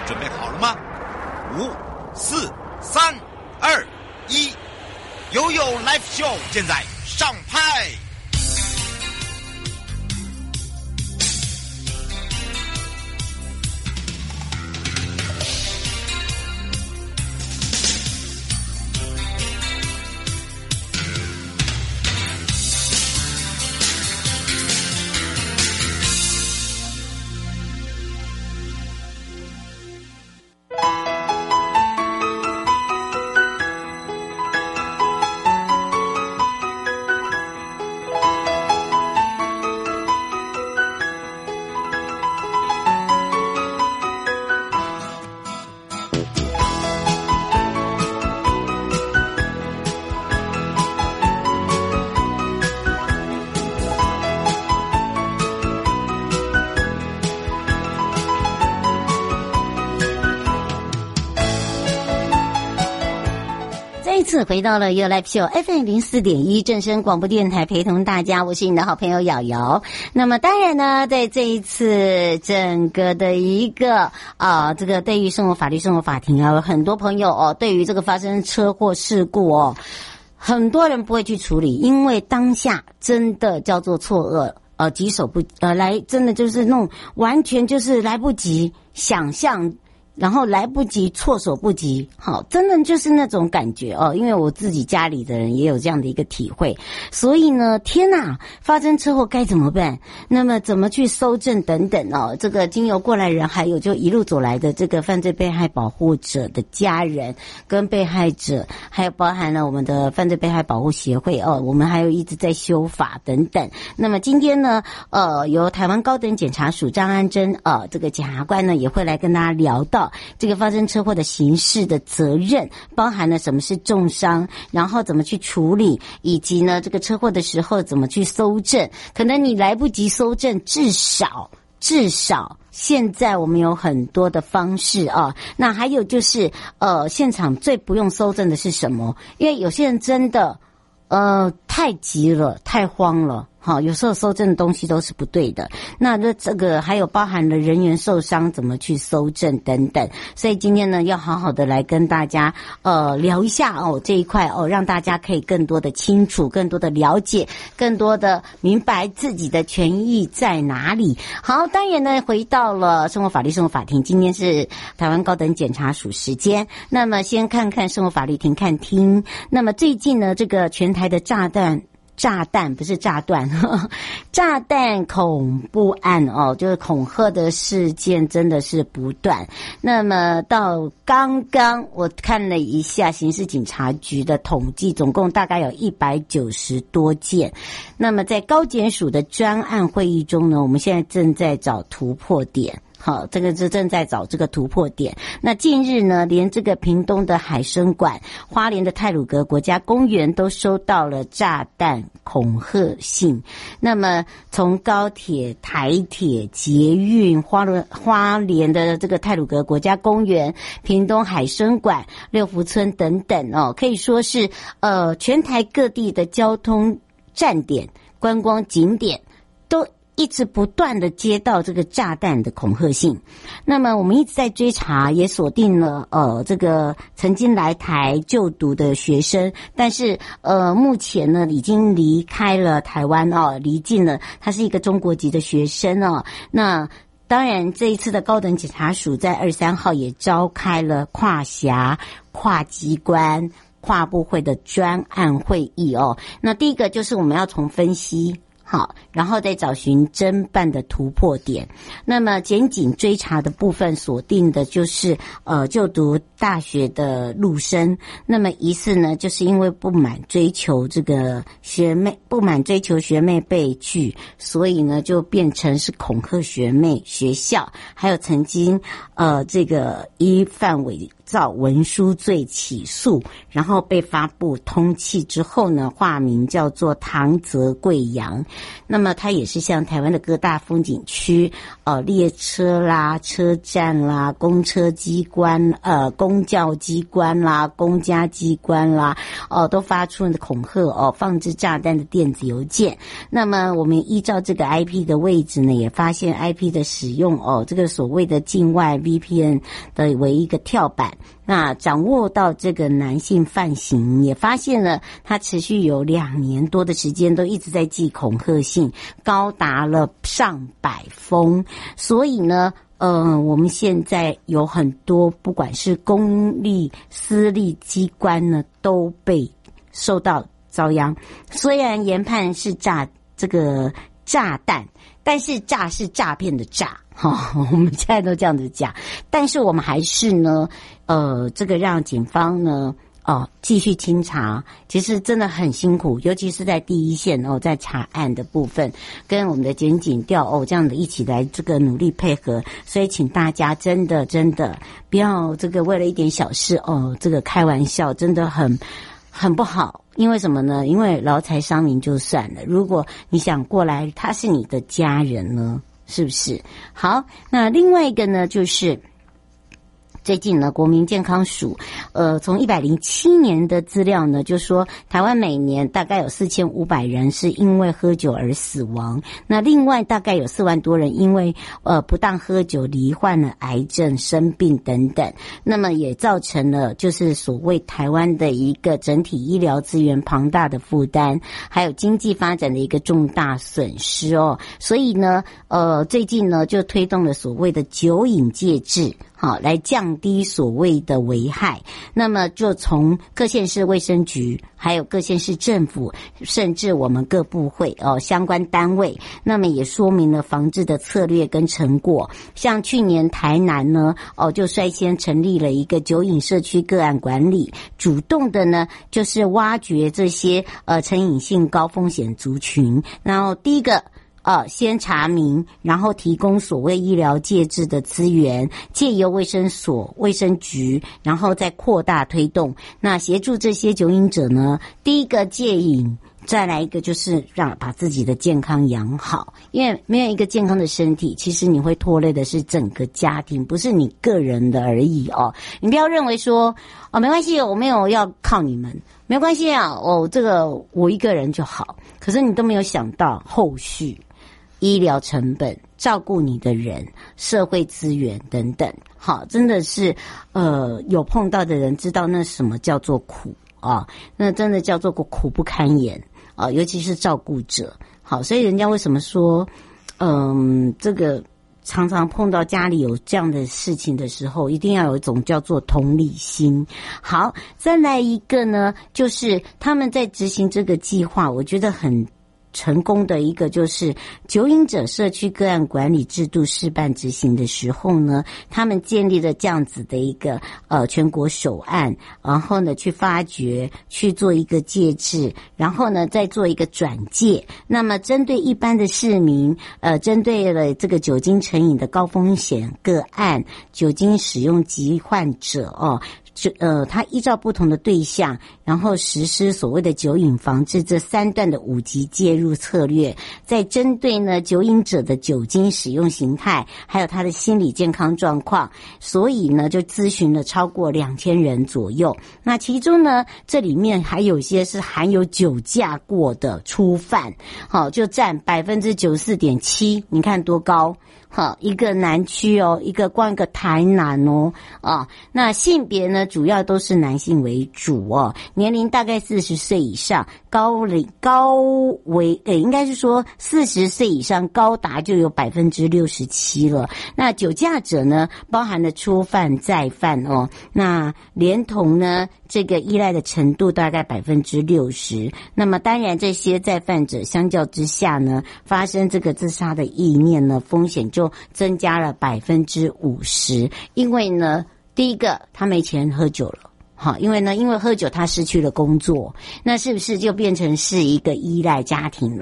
准备好了吗？5、4、3、2、1，悠悠 Live Show 现在上拍。 回到了 You Live Show FM 04.1正声广播电台，陪同大家，我是你的好朋友瑶瑶。那么当然呢，在这一次整个的一个这个对于生活法律生活法庭有很多朋友对于这个发生车祸事故很多人不会去处理，因为当下真的叫做错愕棘手不来，真的就是那种完全就是来不及想象，然后来不及，措手不及，好，真的就是那种感觉因为我自己家里的人也有这样的一个体会，所以呢，天哪，发生车祸该怎么办？那么怎么去搜证等等这个经由过来人，还有就一路走来的这个犯罪被害保护者的家人跟被害者，还有包含了我们的犯罪被害保护协会我们还有一直在修法等等。那么今天呢，由台湾高等检察署张安珍这个检察官呢也会来跟大家聊到这个发生车祸的刑事的责任，包含了什么是重伤，然后怎么去处理，以及呢这个车祸的时候怎么去搜证。可能你来不及搜证，至少现在我们有很多的方式那还有就是现场最不用搜证的是什么？因为有些人真的太急了，太慌了。好，有时候搜证的东西都是不对的。那这个还有包含了人员受伤怎么去搜证等等。所以今天呢，要好好的来跟大家聊一下这一块让大家可以更多的清楚，更多的了解，更多的明白自己的权益在哪里。好，当然呢，回到了生活法律生活法庭，今天是台湾高等检察署时间。那么先看看生活法律庭看厅。那么最近呢，这个全台的炸弹不是炸断炸弹恐怖案就是恐吓的事件真的是不断。那么到刚刚我看了一下刑事警察局的统计，总共大概有190多件。那么在高检署的专案会议中呢，我们现在正在找突破点。好，这个是正在找这个突破点。那近日呢，连这个屏东的海生馆、花莲的太鲁阁国家公园都收到了炸弹恐吓信。那么从高铁、台铁、捷运、花莲的这个太鲁阁国家公园、屏东海生馆、六福村等等可以说是全台各地的交通站点、观光景点都一直不断的接到这个炸弹的恐吓信。那么我们一直在追查，也锁定了这个曾经来台就读的学生，但是目前呢已经离开了台湾离境了，他是一个中国籍的学生那当然这一次的高等检察署在23号也召开了跨辖、跨机关、跨部会的专案会议那第一个就是我们要从分析好，然后再找寻侦办的突破点。那么检警追查的部分锁定的就是就读大学的陆生，那么疑似呢就是因为不满追求学妹被拒，所以呢就变成是恐吓学妹学校，还有曾经这个依范围造文书罪起诉，然后被发布通缉之后呢，化名叫做唐泽贵阳。那么他也是像台湾的各大风景区列车啦、车站啦、公车机关公教机关啦、公家机关啦都发出了恐吓放置炸弹的电子邮件。那么我们依照这个 IP 的位置呢，也发现 IP 的使用这个所谓的境外 VPN 的为一个跳板。那掌握到这个男性犯行，也发现了他持续有2年多的时间都一直在寄恐吓信，高达了上百封。所以呢我们现在有很多不管是公立私立机关呢都被受到遭殃。虽然研判是这个炸弹，但是诈是诈骗的诈我们现在都这样子讲，但是我们还是呢这个让警方呢继续清查，其实真的很辛苦，尤其是在第一线在查案的部分，跟我们的检警调这样的一起来这个努力配合。所以请大家真的不要这个为了一点小事这个开玩笑，真的很不好。因为什么呢？因为劳财伤民就算了，如果你想过来他是你的家人呢，是不是？好，那另外一个呢，就是最近呢，国民健康署从107年的资料呢，就说台湾每年大概有4500人是因为喝酒而死亡，那另外大概有4万多人因为不当喝酒罹患了癌症、生病等等，那么也造成了就是所谓台湾的一个整体医疗资源庞大的负担，还有经济发展的一个重大损失所以呢最近呢就推动了所谓的酒瘾戒治，来降低所谓的危害。那么就从各县市卫生局，还有各县市政府，甚至我们各部会相关单位，那么也说明了防治的策略跟成果。像去年台南呢就率先成立了一个酒瘾社区个案管理，主动的呢就是挖掘这些成瘾性高风险族群，然后第一个先查明，然后提供所谓医疗戒治的资源，借由卫生所、卫生局，然后再扩大推动。那协助这些酒瘾者呢，第一个戒瘾，再来一个就是把自己的健康养好，因为没有一个健康的身体，其实你会拖累的是整个家庭，不是你个人的而已你不要认为说没关系，我没有要靠你们，没关系啊，这个我一个人就好。可是你都没有想到后续医疗成本、照顾你的人、社会资源等等，好，真的是有碰到的人知道那什么叫做苦那真的叫做苦不堪言尤其是照顾者。好，所以人家为什么说这个常常碰到家里有这样的事情的时候，一定要有一种叫做同理心。好，再来一个呢，就是他们在执行这个计划，我觉得很成功的一个就是酒瘾者社区个案管理制度试办执行的时候呢，他们建立了这样子的一个全国首案，然后呢去发掘，去做一个戒治，然后呢再做一个转介。那么针对一般的市民，针对了这个酒精成瘾的高风险个案、酒精使用疾患者他依照不同的对象，然后实施所谓的酒瘾防治这3段的5级介入策略，在针对呢酒瘾者的酒精使用形态，还有他的心理健康状况，所以呢就咨询了超过2000人左右。那其中呢，这里面还有一些是含有酒驾过的初犯，就占 94.7%， 你看多高。好，一个南区一个光一个台南那性别呢主要都是男性为主年龄大概40岁以上，应该是说40岁以上高达就有 67% 了。那酒驾者呢包含了初犯、再犯那连同呢这个依赖的程度大概 60%。那么当然这些再犯者相较之下呢，发生这个自杀的意念呢，风险就增加了 50%。因为呢第一个他没钱喝酒了，好，因为喝酒他失去了工作，那是不是就变成是一个依赖家庭了？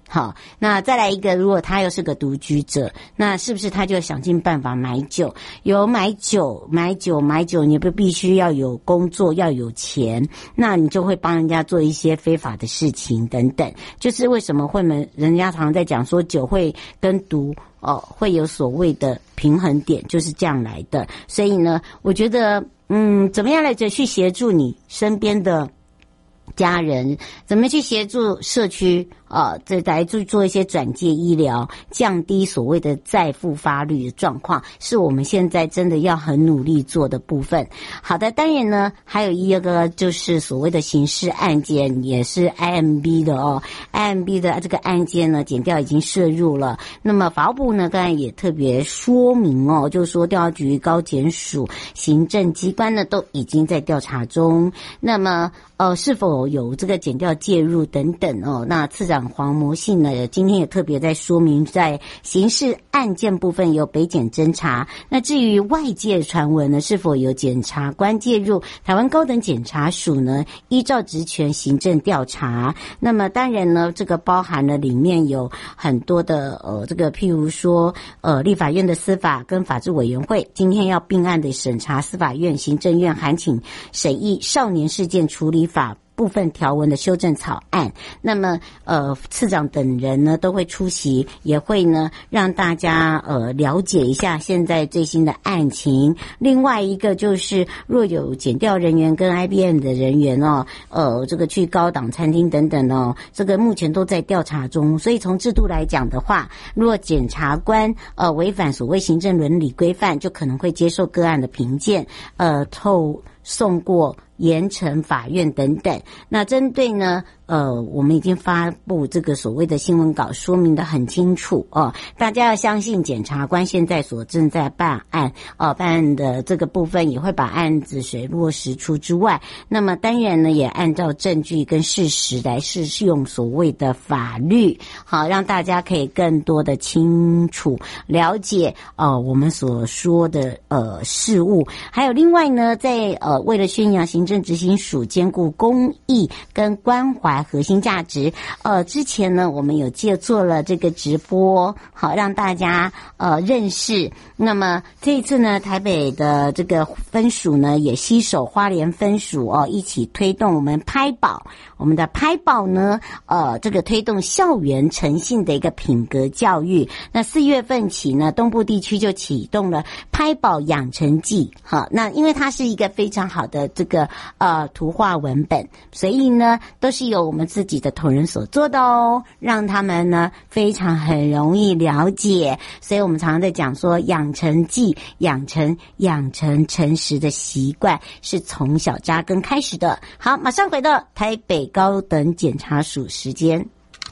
好，那再来一个，如果他又是个独居者，那是不是他就想尽办法买酒？有买酒，你不必须要有工作，要有钱，那你就会帮人家做一些非法的事情等等。就是为什么人家常常在讲说酒会跟毒会有所谓的平衡点，就是这样来的。所以呢，我觉得怎么样来着去协助你身边的家人，怎么去协助社区这来做一些转介医疗，降低所谓的再复发率的状况，是我们现在真的要很努力做的部分。好的，当然呢，还有一个就是所谓的刑事案件，也是 IMB 的IMB 的这个案件呢，检调已经涉入了。那么法务部呢，刚才也特别说明就是说调查局、高检署、行政机关呢，都已经在调查中。那么是否有这个检调介入等等那次长黄模信呢，今天也特别在说明，在刑事案件部分有北检侦查。那至于外界传闻呢，是否有检察官介入，台湾高等检察署呢依照职权行政调查。那么当然呢，这个包含了里面有很多的这个譬如说立法院的司法跟法制委员会今天要并案的审查司法院、行政院函请审议少年事件处理法部分条文的修正草案。那么次长等人呢都会出席，也会呢让大家了解一下现在最新的案情。另外一个就是若有检调人员跟 IBM 的人员这个去高档餐厅等等这个目前都在调查中。所以从制度来讲的话，若检察官违反所谓行政伦理规范，就可能会接受个案的评鉴，送过严惩法院等等。那针对呢我们已经发布这个所谓的新闻稿，说明得很清楚大家要相信检察官现在所正在办案办案的这个部分也会把案子水落石出之外，那么当然呢也按照证据跟事实来适用所谓的法律，好让大家可以更多的清楚了解我们所说的事物。还有另外呢，在为了宣扬行政执行署兼顾公益跟关怀核心价值，之前呢我们有做了这个直播，好让大家认识。那么这一次呢，台北的这个分署呢也携手花莲分署一起推动我们拍保，我们的拍保呢这个推动校园诚信的一个品格教育。那4月份起呢，东部地区就启动了拍保养成记。好，那因为它是一个非常好的这个图画文本，所以呢都是由我们自己的同仁所做的让他们呢非常很容易了解。所以我们常常在讲说养成记，养成诚实的习惯是从小扎根开始的。好，马上回到台北高等检察署时间。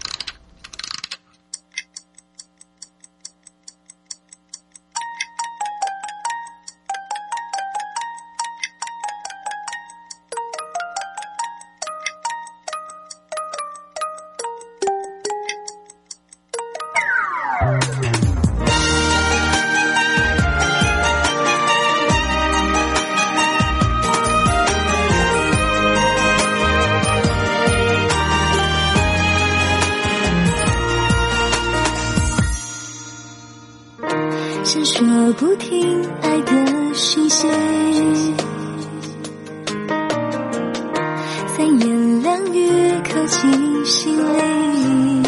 闪烁不停爱的讯息，三言两语刻进心里，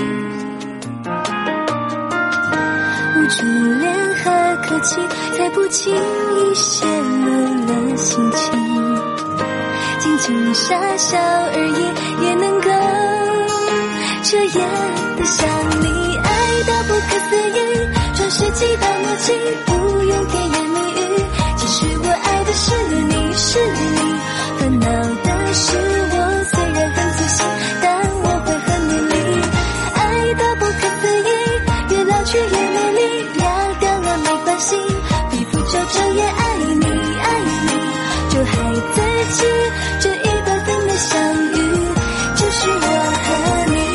无助联合客气，才不经意泄露了心情，静静傻笑而已，也能够这样的想你，爱到不可思议，传世纪的默契，不用甜言蜜语，其实我爱的是你，是你，烦恼的是我，虽然很粗心，但我会很努力，爱到不可思议，越老去越美丽，要掉了没关系，皮肤皱皱也爱你，爱你，就孩子气，这100分的相遇，就是我和你。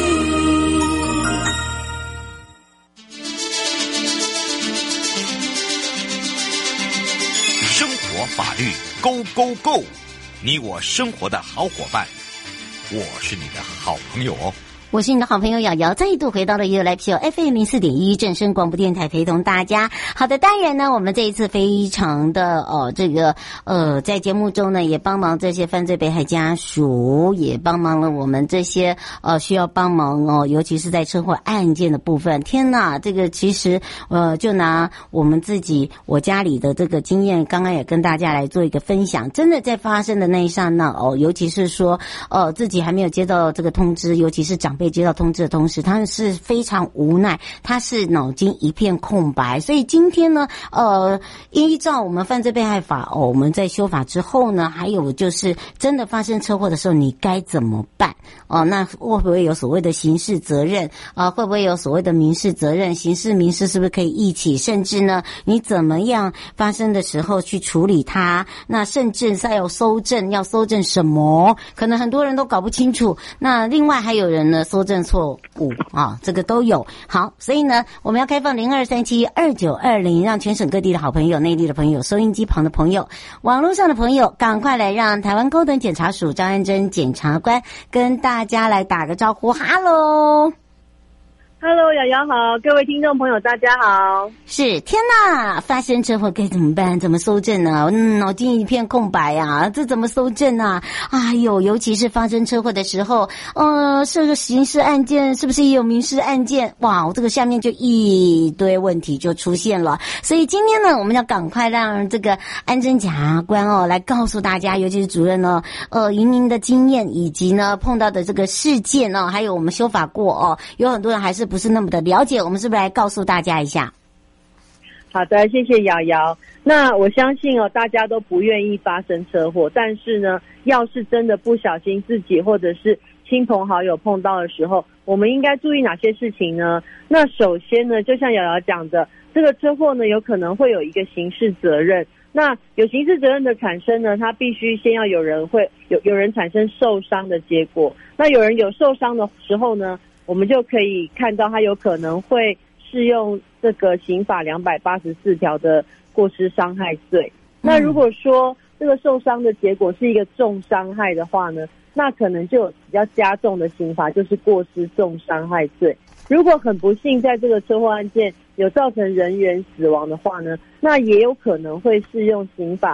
法律 Go Go Go， 你我生活的好伙伴，我是你的好朋友我是你的好朋友瑶瑶，再度回到了 You Live Show FM 04.1正声广播电台，陪同大家。好的，当然呢，我们这一次非常的在节目中呢，也帮忙这些犯罪被害家属，也帮忙了我们这些需要帮忙尤其是在车祸案件的部分。天哪，这个其实就拿我们自己我家里的这个经验，刚刚也跟大家来做一个分享。真的在发生的那一刹那尤其是说自己还没有接到这个通知，尤其是长辈接到通知的同时，他是非常无奈，他是脑筋一片空白。所以今天呢依照我们犯罪被害法我们在修法之后呢，还有就是真的发生车祸的时候你该怎么办那会不会有所谓的刑事责任会不会有所谓的民事责任，刑事民事是不是可以一起，甚至呢你怎么样发生的时候去处理它，那甚至再有搜证，要搜证什么，可能很多人都搞不清楚。那另外还有人呢搜证错误这个都有。好，所以呢我们要开放02372920，让全省各地的好朋友，内地的朋友，收音机旁的朋友，网络上的朋友，赶快来让台湾高等检察署张安珍检察官跟大家来打个招呼。 Hello， 瑶瑶好，各位听众朋友大家好。 是，天哪，发生车祸该怎么办？怎么搜证呢？脑筋一片空白啊，这怎么搜证啊？哎呦，尤其是发生车祸的时候，是个刑事案件，是不是也有民事案件？哇，这个下面就一堆问题就出现了。所以今天呢，我们要赶快让这个安珍检察官来告诉大家，尤其是主任以您的经验以及呢碰到的这个事件还有我们修法过有很多人还是不是那么的了解，我们是不是来告诉大家一下？ 好的，谢谢瑶瑶。那我相信大家都不愿意发生车祸，但是呢，要是真的不小心自己或者是亲朋好友碰到的时候，我们应该注意哪些事情呢？那首先呢，就像瑶瑶讲的，这个车祸呢有可能会有一个刑事责任。那有刑事责任的产生呢，它必须先要有人产生受伤的结果。那有人有受伤的时候呢，我们就可以看到他有可能会适用这个刑法284条的过失伤害罪。那如果说这个受伤的结果是一个重伤害的话呢，那可能就有比较加重的刑罚，就是过失重伤害罪。如果很不幸在这个车祸案件有造成人员死亡的话呢，那也有可能会适用刑法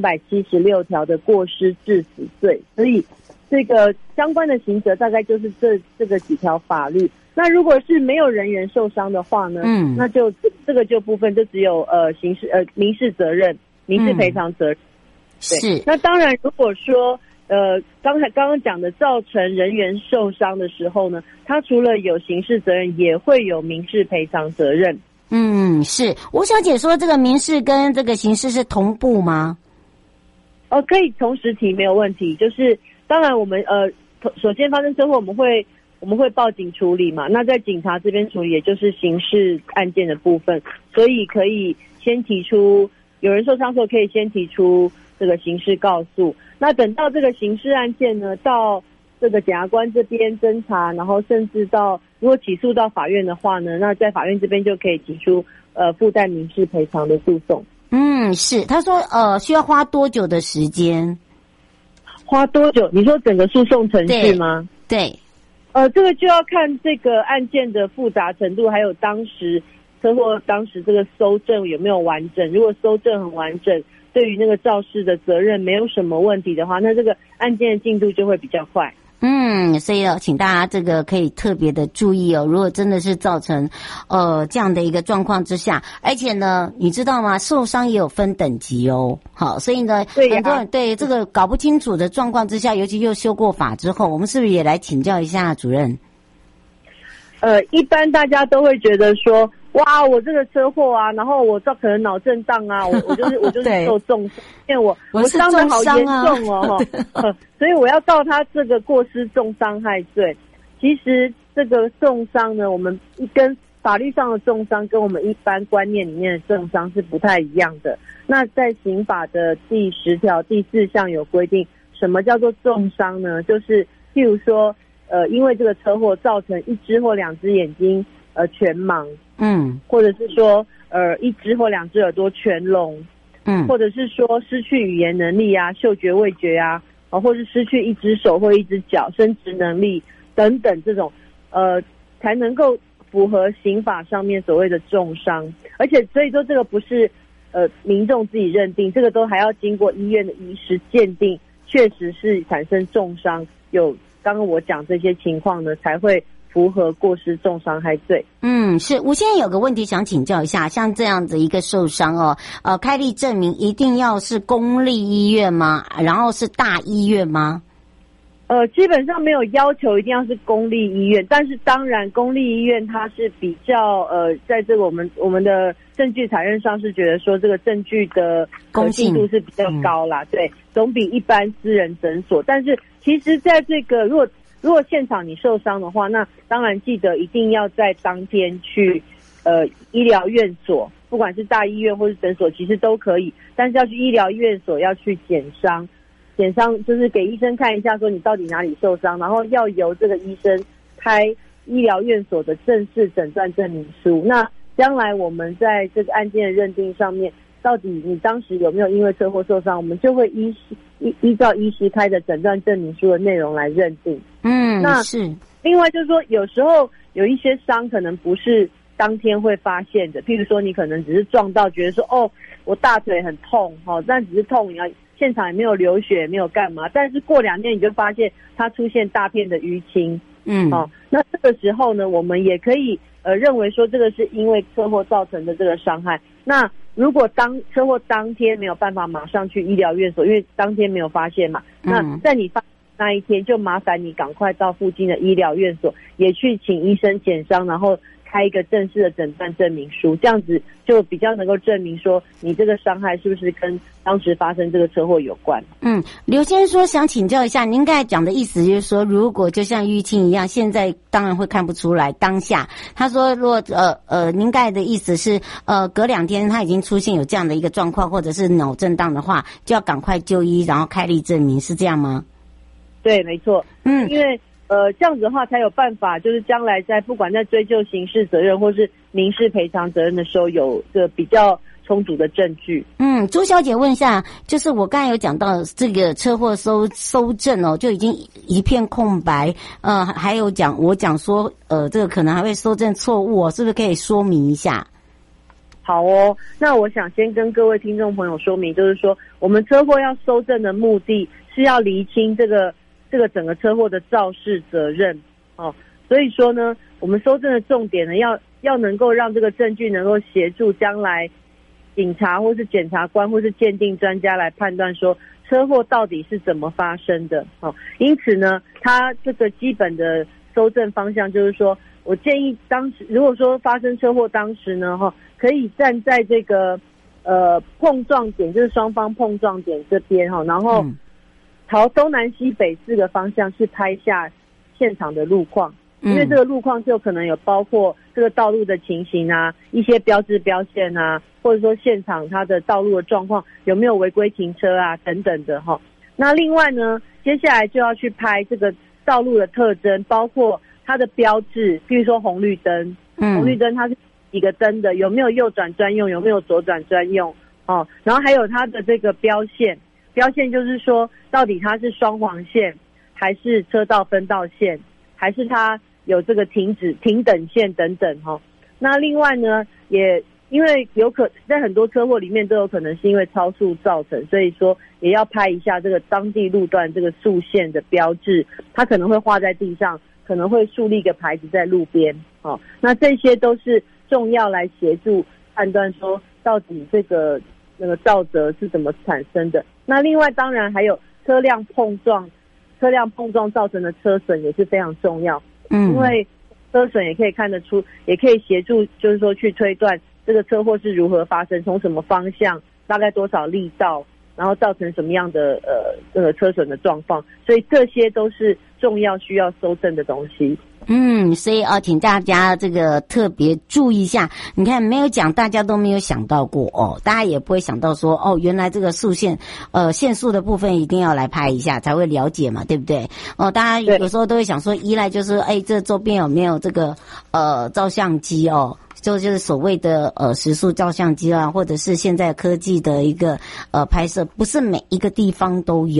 276条的过失致死罪。所以这个相关的刑责大概就是这个几条法律。那如果是没有人员受伤的话呢，那就这个部分就只有民事责任、民事赔偿责任。 是。 那当然，如果说刚刚讲的造成人员受伤的时候呢，他除了有刑事责任，也会有民事赔偿责任。 是。吴小姐说，这个民事跟这个刑事是同步吗？ 可以同时提，没有问题。就是当然我们首先发生车祸，我们会报警处理嘛。那在警察这边处理，也就是刑事案件的部分，所以可以先提出有人受伤的时候，可以先提出这个刑事告诉。那等到这个刑事案件呢，到这个检察官这边侦查，然后甚至到如果起诉到法院的话呢，那在法院这边就可以提出附带民事赔偿的诉讼。 是。他说需要花多久的时间？ 花多久？你说整个诉讼程序吗？ 对。 这个就要看这个案件的复杂程度，还有车祸当时这个搜证有没有完整。如果搜证很完整，对于那个肇事的责任没有什么问题的话，那这个案件的进度就会比较快。 所以请大家这个可以特别的注意如果真的是造成这样的一个状况之下，而且呢你知道吗，受伤也有分等级好，所以呢很多人对这个搞不清楚的状况之下，尤其又修过法之后，我们是不是也来请教一下主任？ 一般大家都会觉得说，哇，我这个车祸啊，然后我可能脑震荡啊，我就是受重伤，因为我伤得好严重所以我要告他这个过失重伤害罪。其实这个重伤呢，我们跟法律上的重伤跟我们一般观念里面的重伤是不太一样的。那在刑法的第10条第4项有规定，什么叫做重伤呢？就是譬如说因为这个车祸造成1只或2只眼睛全盲，或者是说1只或2只耳朵全聋，或者是说失去语言能力啊、嗅觉味觉啊，或是失去1只手或1只脚、生殖能力等等，这种才能够符合刑法上面所谓的重伤，而且所以说这个不是民众自己认定，这个都还要经过医院的医师鉴定，确实是产生重伤，有刚刚我讲这些情况呢，才会符合过失重伤害罪。 是。我现在有个问题想请教一下，像这样子一个受伤开立证明一定要是公立医院吗？然后是大医院吗？ 基本上没有要求一定要是公立医院，但是当然公立医院它是比较在这个我们的证据采认上是觉得说这个证据的可信度是比较高啦，对，总比一般私人诊所。但是其实在这个如果现场你受伤的话，那当然记得一定要在当天去医疗院所，不管是大医院或是诊所其实都可以，但是要去医疗院所要去检伤就是给医生看一下说你到底哪里受伤，然后要由这个医生开医疗院所的正式诊断证明书。那将来我们在这个案件的认定上面，到底你当时有没有因为车祸受伤，我们就会依照医师开的诊断证明书的内容来认定。那是另外就是说有时候有一些伤可能不是当天会发现的，譬如说你可能只是撞到觉得说我大腿很痛但只是痛，现场也没有流血，没有干嘛，但是过2天你就发现它出现大片的淤青。那这个时候呢，我们也可以认为说这个是因为车祸造成的这个伤害。那如果车祸当天没有办法马上去医疗院所，因为当天没有发现嘛，那在你发现那一天就麻烦你赶快到附近的医疗院所，也去请医生检伤，然后开一个正式的诊断证明书，这样子就比较能够证明说你这个伤害是不是跟当时发生这个车祸有关。 刘先生说想请教一下，您刚才讲的意思就是说，如果就像淤青一样，现在当然会看不出来当下。他说如果您刚才的意思是隔2天他已经出现有这样的一个状况，或者是脑震荡的话，就要赶快就医，然后开立证明，是这样吗？ 对，没错。因为这样子的话才有办法，就是将来不管在追究刑事责任或是民事赔偿责任的时候，有个比较充足的证据。 朱小姐问一下，就是我刚才有讲到这个车祸搜证就已经一片空白，还有我讲说这个可能还会搜证错误是不是可以说明一下？ 好那我想先跟各位听众朋友说明，就是说我们车祸要搜证的目的是要厘清这个整个车祸的肇事责任所以说呢，我们搜证的重点呢，要能够让这个证据能够协助将来警察或是检察官或是鉴定专家来判断说车祸到底是怎么发生的因此呢，它这个基本的搜证方向就是说，我建议当时如果说发生车祸当时呢可以站在这个碰撞点，就是双方碰撞点这边然后朝东南西北4个方向去拍下现场的路况，因为这个路况就可能有包括这个道路的情形啊，一些标志标线啊，或者说现场它的道路的状况有没有违规停车啊等等的那另外呢，接下来就要去拍这个道路的特征，包括它的标志，比如说红绿灯，红绿灯它是几个灯的，有没有右转专用，有没有左转专用然后还有它的这个标线就是说到底它是双黄线还是车道分道线，还是它有这个停等线等等那另外呢，也因为在很多车祸里面都有可能是因为超速造成，所以说也要拍一下这个当地路段这个速线的标志，它可能会画在地上，可能会树立一个牌子在路边那这些都是重要来协助判断说到底那个肇责是怎么产生的。那另外当然还有车辆碰撞造成的车损也是非常重要，因为车损也可以看得出，也可以协助就是说去推断这个车祸是如何发生，从什么方向，大概多少力道，然后造成什么样的车损的状况，所以这些都是重要需要搜证的东西。 所以请大家这个特别注意一下。你看没有讲，大家都没有想到过大家也不会想到说原来这个速线限速的部分一定要来拍一下才会了解嘛，对不对？大家有时候都会想说依赖就是这周边有没有这个照相机就是所谓的时速照相机或者是现在科技的一个拍摄，不是每一个地方都有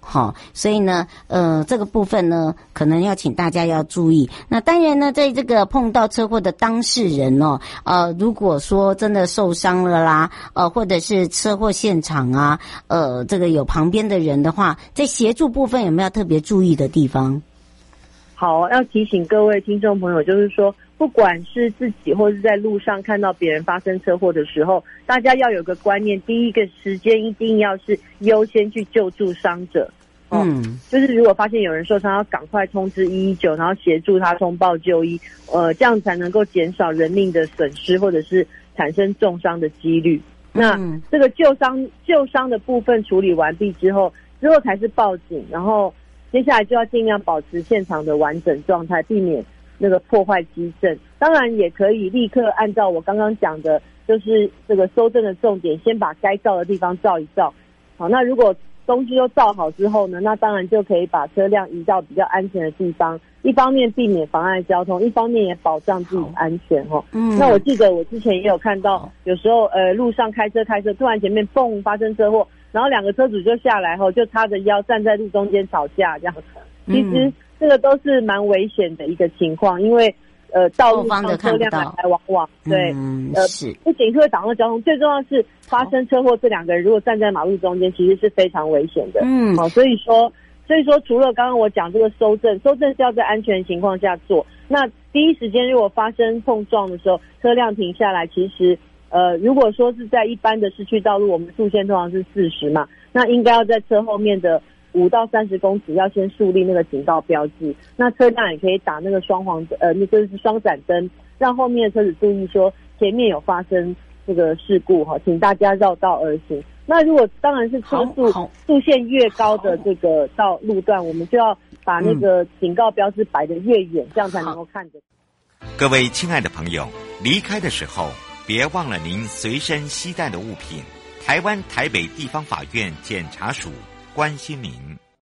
所以呢，这个部分呢，可能要请大家要注意。那当然呢，在这个碰到车祸的当事人哦，如果说真的受伤了啦，或者是车祸现场啊，这个有旁边的人的话，在协助部分有没有特别注意的地方？ 好，要提醒各位听众朋友，就是说，不管是自己或是在路上看到别人发生车祸的时候，大家要有个观念，第一个时间一定要是优先去救助伤者。就是如果发现有人受伤，要赶快通知119，然后协助他通报就医，这样才能够减少人命的损失，或者是产生重伤的几率。那这个救伤的部分处理完毕之后才是报警，然后接下来就要尽量保持现场的完整状态，避免那个破坏基证。当然也可以立刻按照我刚刚讲的，就是这个搜证的重点，先把该照的地方照一照。好，那如果东西都照好之后呢，那当然就可以把车辆移到比较安全的地方，一方面避免妨碍交通，一方面也保障自己的安全那我记得我之前也有看到，有时候路上开车突然前面蹦发生车祸，然后两个车主就下来后就叉着腰站在路中间吵架这样。其实这个都是蛮危险的一个情况，因为道路上车辆来来往往，对， 是不仅是会挡到交通，最重要是发生车祸，这两个人如果站在马路中间，其实是非常危险的。所以说除了刚刚我讲这个搜证是要在安全情况下做。那第一时间如果发生碰撞的时候，车辆停下来，其实如果说是在一般的市区道路，我们速限通常是40嘛，那应该要在车后面的5到30公尺要先树立那个警告标志，那车辆也可以打那个那就是双闪灯，让后面的车子注意说前面有发生这个事故请大家绕道而行。那如果当然是车速限越高的这个道路段，我们就要把那个警告标志摆得越远，这样才能够看得。 各位亲爱的朋友，离开的时候别忘了您随身携带的物品。台湾台北地方法院检察署关心您。